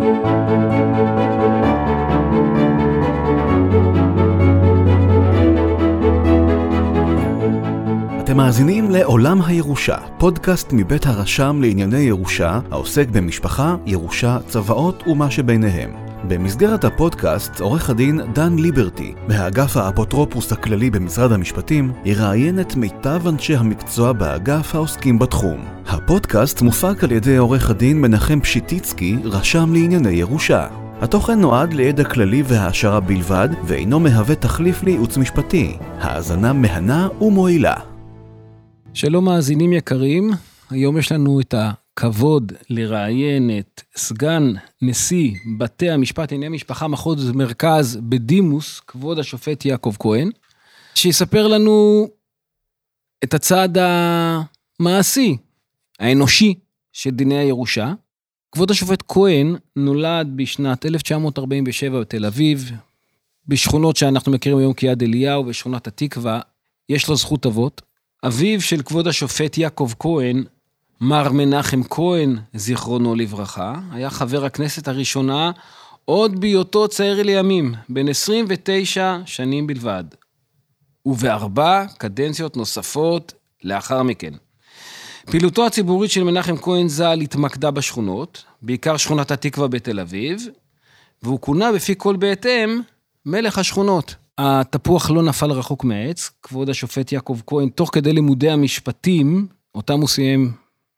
אתם מאזינים לעולם הירושה, פודקאסט מבית הרשם לענייני ירושה, העוסק במשפחה, ירושה, צוואות ומה שביניהם. במסגרת הפודקאסט, עורך הדין דן ליברטי, באגף האפוטרופוס הכללי במשרד המשפטים, יראיין את מיטב אנשי המקצוע באגף העוסקים בתחום. הפודקאסט מופק על ידי עורך הדין מנחם פשיטיצקי, רשם לענייני ירושה. התוכן נועד לידע כללי והעשרה בלבד, ואינו מהווה תחליף לייעוץ משפטי. האזנה מהנה ומועילה. שלום מאזינים יקרים, היום יש לנו את הכבוד לראיין את סגן נשיא בתי המשפט לענייני משפחה מחוז מרכז בדימוס, כבוד השופט יעקב כהן, שיספר לנו את הצד המעשי, האנושי של דיני הירושה. כבוד השופט כהן נולד בשנת 1947 בתל אביב, בשכונות שאנחנו מכירים היום כיד אליהו, בשכונת התקווה. יש לו זכות אבות. אביו של כבוד השופט יעקב כהן, מר מנחם כהן, זיכרונו לברכה, היה חבר הכנסת הראשונה, עוד בהיותו צעיר לימים, בן 29 שנים בלבד, ובארבע קדנציות נוספות לאחר מכן. פעילותו הציבורית של מנחם כהן ז"ל התמקדה בשכונות, בעיקר שכונת התקווה בתל אביב, והוא כונה בפי כל בהתאם מלך השכונות. התפוח לא נפל רחוק מהעץ. כבוד השופט יעקב כהן, תוך כדי לימודי המשפטים, אותם הוא סיים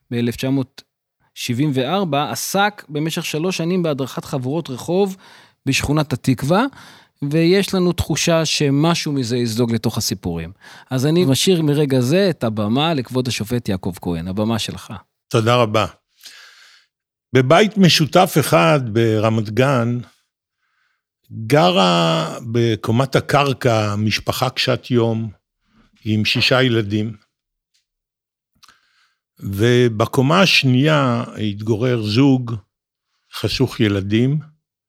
ב-1974, עסק במשך 3 שנים בהדרכת חבורות רחוב בשכונת התקווה, ויש לנו תחושה שמשהו מזה יזדוג לתוך הסיפורים. אז אני משאיר מרגע זה את הבמה לכבוד השופט יעקב כהן. הבמה שלך. תודה רבה. בבית משותף אחד ברמת גן, גרה בקומת הקרקע משפחה קשת יום עם 6 ילדים, ובקומה השנייה התגורר זוג חשוך ילדים.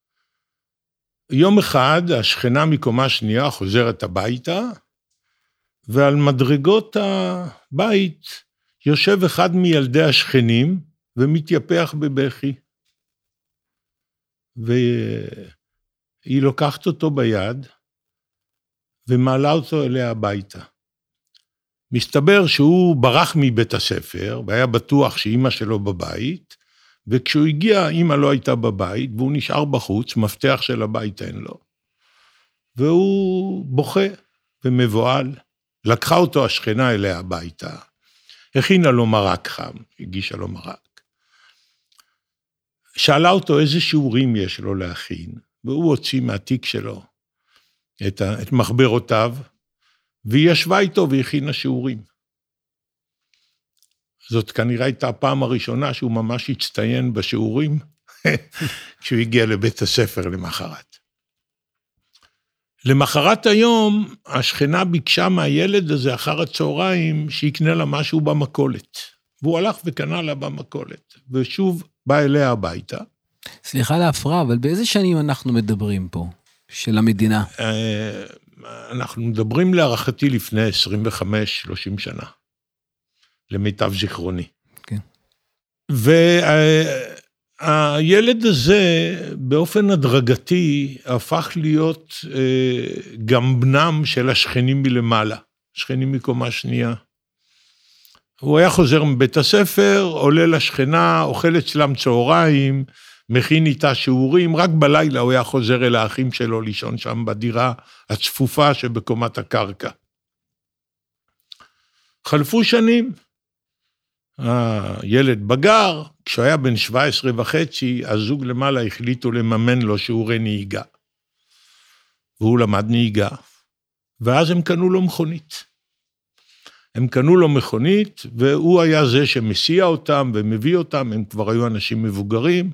יום אחד השכנה מקומה שנייה חוזרת הביתה, ועל מדרגות הבית יושב אחד מילדי השכנים ומתייפח בבכי, היא לוקחת אותו ביד, ומעלה אותו אליה הביתה. מסתבר שהוא ברח מבית הספר, והיה בטוח שאמא שלו בבית, וכשהוא הגיע, אמא לא הייתה בבית, והוא נשאר בחוץ, מפתח של הבית אין לו. והוא בוכה ומבועל. לקחה אותו השכנה אליה הביתה, הכינה לו מרק חם, הגישה לו מרק. שאלה אותו איזה שיעורים יש לו להכין, והוא הוציא מהתיק שלו את מחברותיו, והיא ישבה איתו והכינה שיעורים. זאת כנראה הייתה הפעם הראשונה שהוא ממש הצטיין בשיעורים, כשהוא הגיע לבית הספר למחרת. למחרת היום, השכנה ביקשה מהילד הזה אחר הצהריים, שיקנה לה משהו במכולת. והוא הלך וקנה לה במכולת, ושוב בא אליה הביתה. סליחה להפרעה, אבל באיזה שנים אנחנו מדברים פה, של המדינה? אנחנו מדברים להערכתי לפני 25-30 שנה, למיטב זיכרוני. כן. והילד הזה, באופן הדרגתי, הפך להיות גם בנם של השכנים מלמעלה, שכנים מקומה שנייה. הוא היה חוזר מבית הספר, עולה לשכנה, אוכל אצלם צהריים, מכין איתה שיעורים, רק בלילה הוא היה חוזר אל האחים שלו לישון שם בדירה הצפופה שבקומת הקרקע. חלפו שנים, הילד בגר, כשהוא היה בן 17.5, הזוג למעלה החליטו לממן לו שיעורי נהיגה. והוא למד נהיגה, ואז הם קנו לו מכונית. והוא היה זה שמסיע אותם ומביא אותם, הם כבר היו אנשים מבוגרים,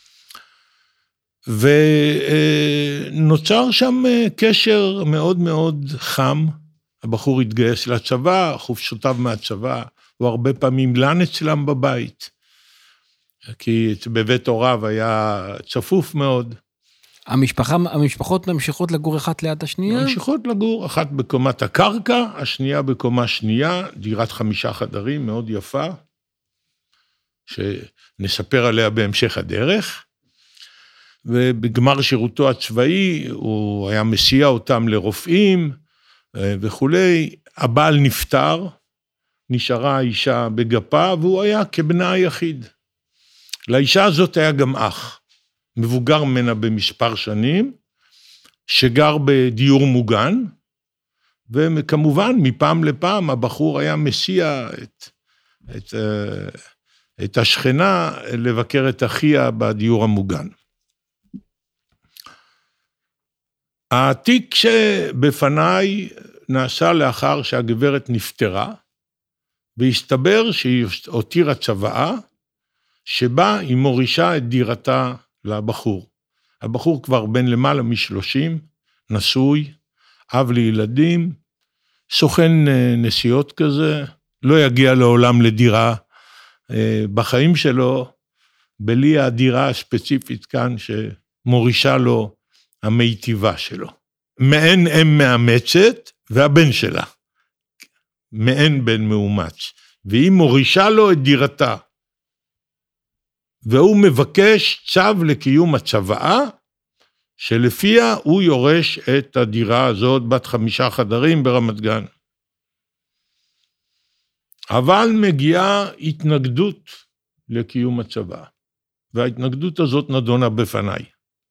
ונוצר שם קשר מאוד מאוד חם. הבחור התגייס לצבא, חופשותיו מהצבא, הוא הרבה פעמים לן אצלם בבית, כי בבית הוריו היה צפוף מאוד. המשפחות ממשיכות לגור אחת ליד השנייה? ממשיכות לגור, אחת בקומת הקרקע, השנייה בקומה שנייה, דירת 5 חדרים, מאוד יפה, שנספר עליה בהמשך הדרך. ובגמר שירותו הצבאי הוא היה מסיע אותם לרופאים וכולי. הבעל נפטר, נשארה האישה בגפה, והוא היה כבנה היחיד. לאישה הזאת היה גם אח, מבוגר ממנה במספר שנים, שגר בדיור מוגן, וכמובן מפעם לפעם הבחור היה מסיע את השכנה לבקר את אחיה בדיור המוגן. התיק שבפניי נעשה לאחר שהגברת נפטרה, והסתבר שהיא הותירה צוואה, שבה היא מורישה את דירתה לבחור. הבחור כבר בן למעלה מ-30, נשוי, אב לילדים, סוכן נסיעות כזה, לא יגיע לעולם לדירה בחיים שלו, בלי הדירה הספציפית כאן שמורישה לו המיטיבה שלו. מעין אם מאמצת והבן שלה, מעין בן מאומץ, והיא מורישה לו את דירתה. והוא מבקש צו לקיום הצוואה, שלפיה הוא יורש את הדירה הזאת בת 5 חדרים ברמת גן. אבל מגיעה התנגדות לקיום הצוואה, וההתנגדות הזאת נדונה בפניי.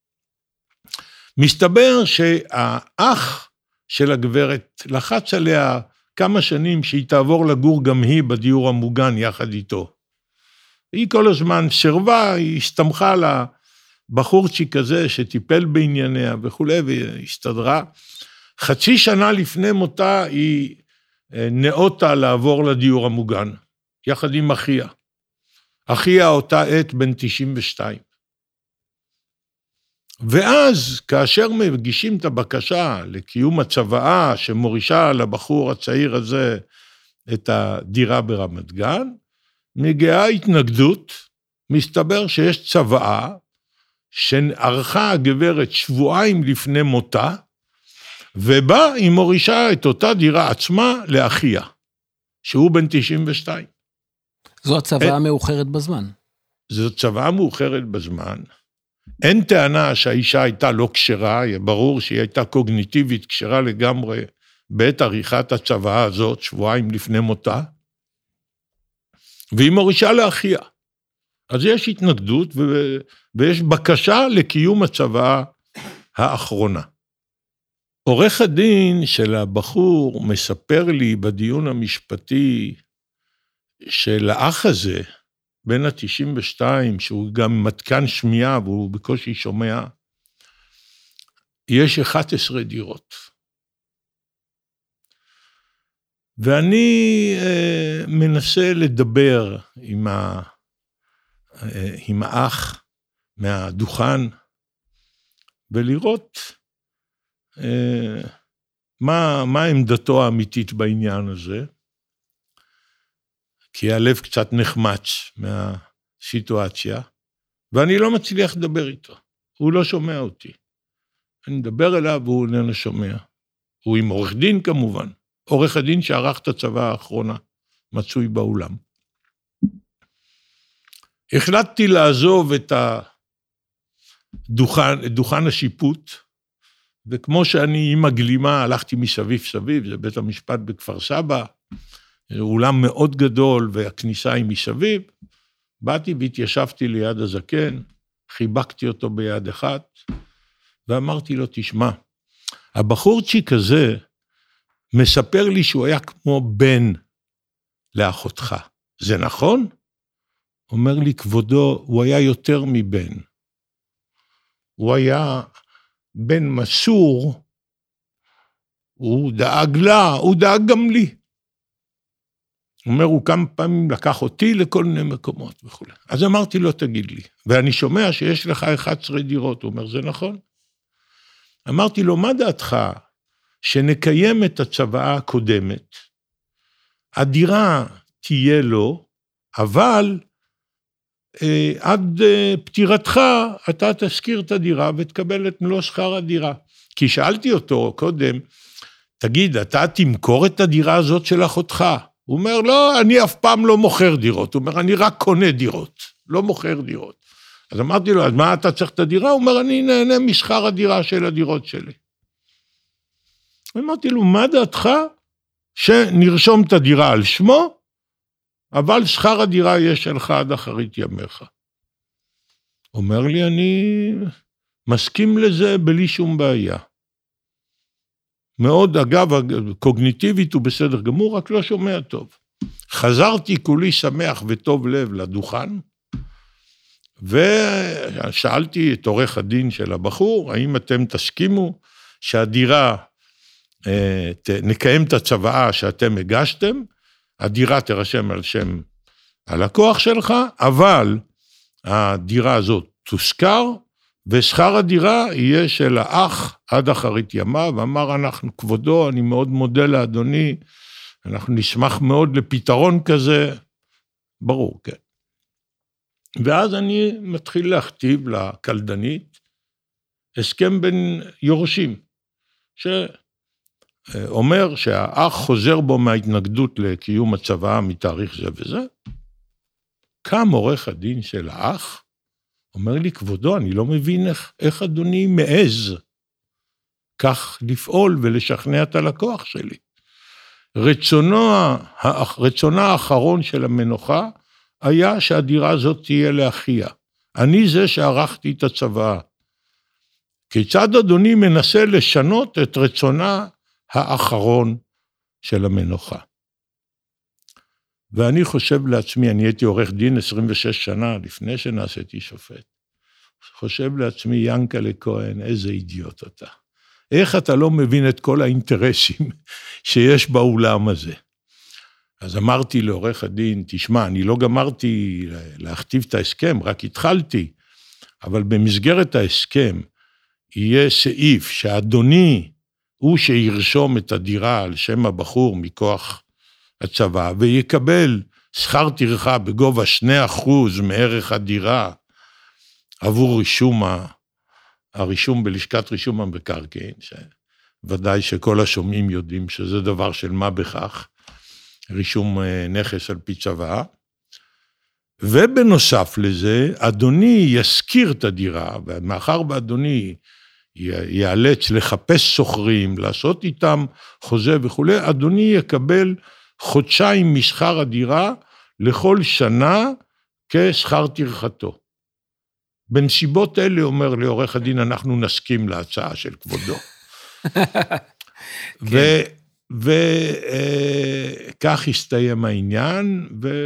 מסתבר שהאח של הגברת לחץ עליה כמה שנים שהיא תעבור לגור גם היא בדיור המוגן יחד איתו. היא כל הזמן שרבה, היא הסתמכה לבחורצ'יק כזה שטיפל בענייניה וכולי, והסתדרה. חצי שנה לפני מותה היא נאותה לעבור לדיור המוגן, יחד עם אחיה. אחיה אותה עת בן 92. ואז כאשר מגישים את הבקשה לקיום הצוואה שמורישה לבחור הצעיר הזה את הדירה ברמת גן, מגיעה התנגדות, מסתבר שיש צוואה שערכה הגברת שבועיים לפני מותה, ובה היא מורישה את אותה דירה עצמה לאחיה, שהוא בן 92. זו הצוואה מאוחרת בזמן. זו צוואה מאוחרת בזמן. אין טענה שהאישה הייתה לא כשרה, ברור שהיא הייתה קוגניטיבית כשרה לגמרי בעת עריכת הצוואה הזאת, שבועיים לפני מותה, והיא מורישה לאחיה. אז יש התנגדות ויש בקשה לקיום הצוואה האחרונה. עורך הדין של הבחור מספר לי בדיון המשפטי של האח הזה, בין ה-92, שהוא גם מתקן שמיעה והוא בקושי שומע, יש 11 דירות. ואני מנסה לדבר עם האח מהדוכן, ולראות מה עמדתו האמיתית בעניין הזה, כי הלב קצת נחמץ מהסיטואציה, ואני לא מצליח לדבר איתו, הוא לא שומע אותי. אני מדבר אליו והוא איננו שומע. הוא עם עורך דין כמובן, עורך הדין שערך את הצוואה האחרונה, מצוי באולם. החלטתי לעזוב את דוכן השיפוט, וכמו שאני עם הגלימה הלכתי מסביב סביב, זה בית המשפט בכפר סבא, אולם מאוד גדול והכניסה היא מסביב, באתי והתיישבתי ליד הזקן, חיבקתי אותו ביד אחת, ואמרתי לו, תשמע, הבחורצ'יק הזה מספר לי שהוא היה כמו בן לאחותך, זה נכון? אומר לי, כבודו, הוא היה יותר מבן. הוא היה בן מסור, הוא דאג לה, הוא דאג גם לי. הוא אומר, הוא כמה פעמים לקח אותי לכל מיני מקומות וכו'. אז אמרתי לו, תגיד לי, ואני שומע שיש לך 11 דירות, הוא אומר, זה נכון? אמרתי לו, מה דעתך שנקיים את הצוואה הקודמת, הדירה תהיה לו, אבל עד פטירתך אתה תזכיר את הדירה ותקבל את מלוא שכר הדירה. כי שאלתי אותו קודם, תגיד, אתה תמכור את הדירה הזאת של אחותך? הוא אומר, לא, אני אף פעם לא מוכר דירות. הוא אומר, אני רק קונה דירות, לא מוכר דירות. אז אמרתי לו, אז מה אתה צריך את הדירה? הוא אומר, אני נהנה משכר הדירה של הדירות שלי. אמרתי לו, מה דעתך שנרשום את הדירה על שמו, אבל שכר הדירה יש שלך עד אחרית ימיך. אומר לי, אני מסכים לזה בלי שום בעיה. מאוד, אגב, קוגניטיבית הוא בסדר גמור, רק לא שומע טוב. חזרתי כולי שמח וטוב לב לדוכן, ושאלתי את עורך הדין של הבחור, האם אתם תסכימו שהדירה, נקיים את הצוואה שאתם הגשתם, הדירה תרשם על שם הלקוח שלך, אבל הדירה הזאת תושכר, ושכר הדירה יהיה של האח עד אחרית ימיו, ואמר אנחנו כבודו, אני מאוד מודה לאדוני, אנחנו נשמח מאוד לפתרון כזה, ברור, כן. ואז אני מתחיל להכתיב לקלדנית, הסכם בין יורשים, שאומר שהאח חוזר בו מההתנגדות לקיום הצוואה מתאריך זה וזה, קם עורך הדין של האח, אומר לי, כבודו, אני לא מבין איך אדוני מעז כך לפעול ולשכנע את הלקוח שלי. רצונה האחרון של המנוחה היה שהדירה הזאת תהיה לאחיה. אני זה שערכתי את הצוואה. כיצד אדוני מנסה לשנות את רצונה האחרון של המנוחה? ואני חושב לעצמי, אני הייתי עורך דין 26 שנה לפני שנעשיתי שופט, חושב לעצמי, ינקלה כהן, איזה אידיוט אתה. איך אתה לא מבין את כל האינטרסים שיש באולם הזה? אז אמרתי לעורך הדין, תשמע, אני לא גמרתי להכתיב את ההסכם, רק התחלתי, אבל במסגרת ההסכם יהיה סעיף שאדוני הוא שירשום את הדירה על שם הבחור מכוח הצבא, ויקבל שכר טרחה בגובה 2% מערך הדירה, עבור הרישום בלשכת רישום המקרקעין, שוודאי שכל השומעים יודעים שזה דבר של מה בכך, רישום נכס על פי צוואה, ובנוסף לזה, אדוני יזכיר את הדירה, ומאחר ואדוני ייאלץ לחפש סוחרים, לעשות איתם חוזה וכו', אדוני יקבל חודשיים משכר הדירה לכל שנה כשכר טרחתו. בנסיבות אלה, אומר לי עורך הדין, אנחנו נסכים להצעה של כבודו. וכך הסתיים העניין,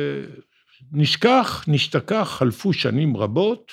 נשתכח, חלפו שנים רבות.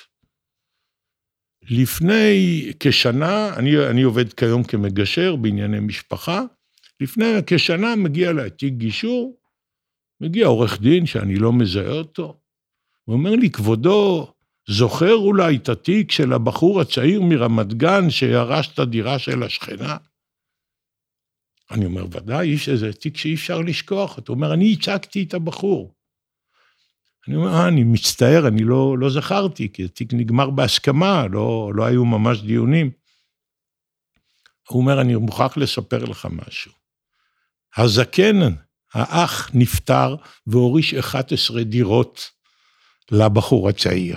לפני כשנה, אני עובד כיום כמגשר בענייני משפחה, לפני כשנה מגיע לתיק גישור, מגיע עורך דין שאני לא מזהה אותו, הוא אומר לי, כבודו, זוכר אולי את התיק של הבחור הצעיר מרמת גן שירש את הדירה של השכנה? אני אומר, ודאי, יש איזה תיק שאי אפשר לשכוח אותו. הוא אומר, אני הצגתי את הבחור. אני אומר, אני מצטער, אני לא זכרתי, כי התיק נגמר בהסכמה, לא היו ממש דיונים. הוא אומר, אני מוכרח לספר לך משהו. הזקן, האח נפטר והוריש 11 דירות לבחור הצעיר.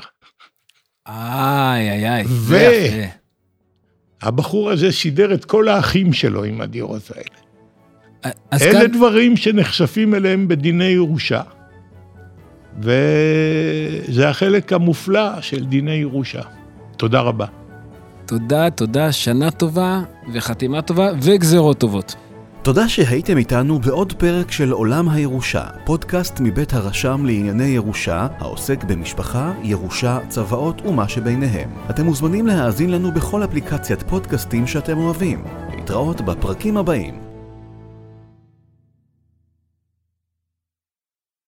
והבחור הזה סידר את כל האחים שלו עם הדירות האלה. אלה דברים שנחשפים אליהם בדיני ירושה, וזה החלק המופלא של דיני ירושה. תודה רבה. תודה, שנה טובה וחתימה טובה וגזרות טובות. תודה שהייתם איתנו בעוד פרק של עולם הירושה, פודקאסט מבית הרשם לענייני ירושה, העוסק במשפחה, ירושה, צוואות ומה שביניהם. אתם מוזמנים להאזין לנו בכל אפליקציית פודקאסטים שאתם אוהבים. להתראות בפרקים הבאים.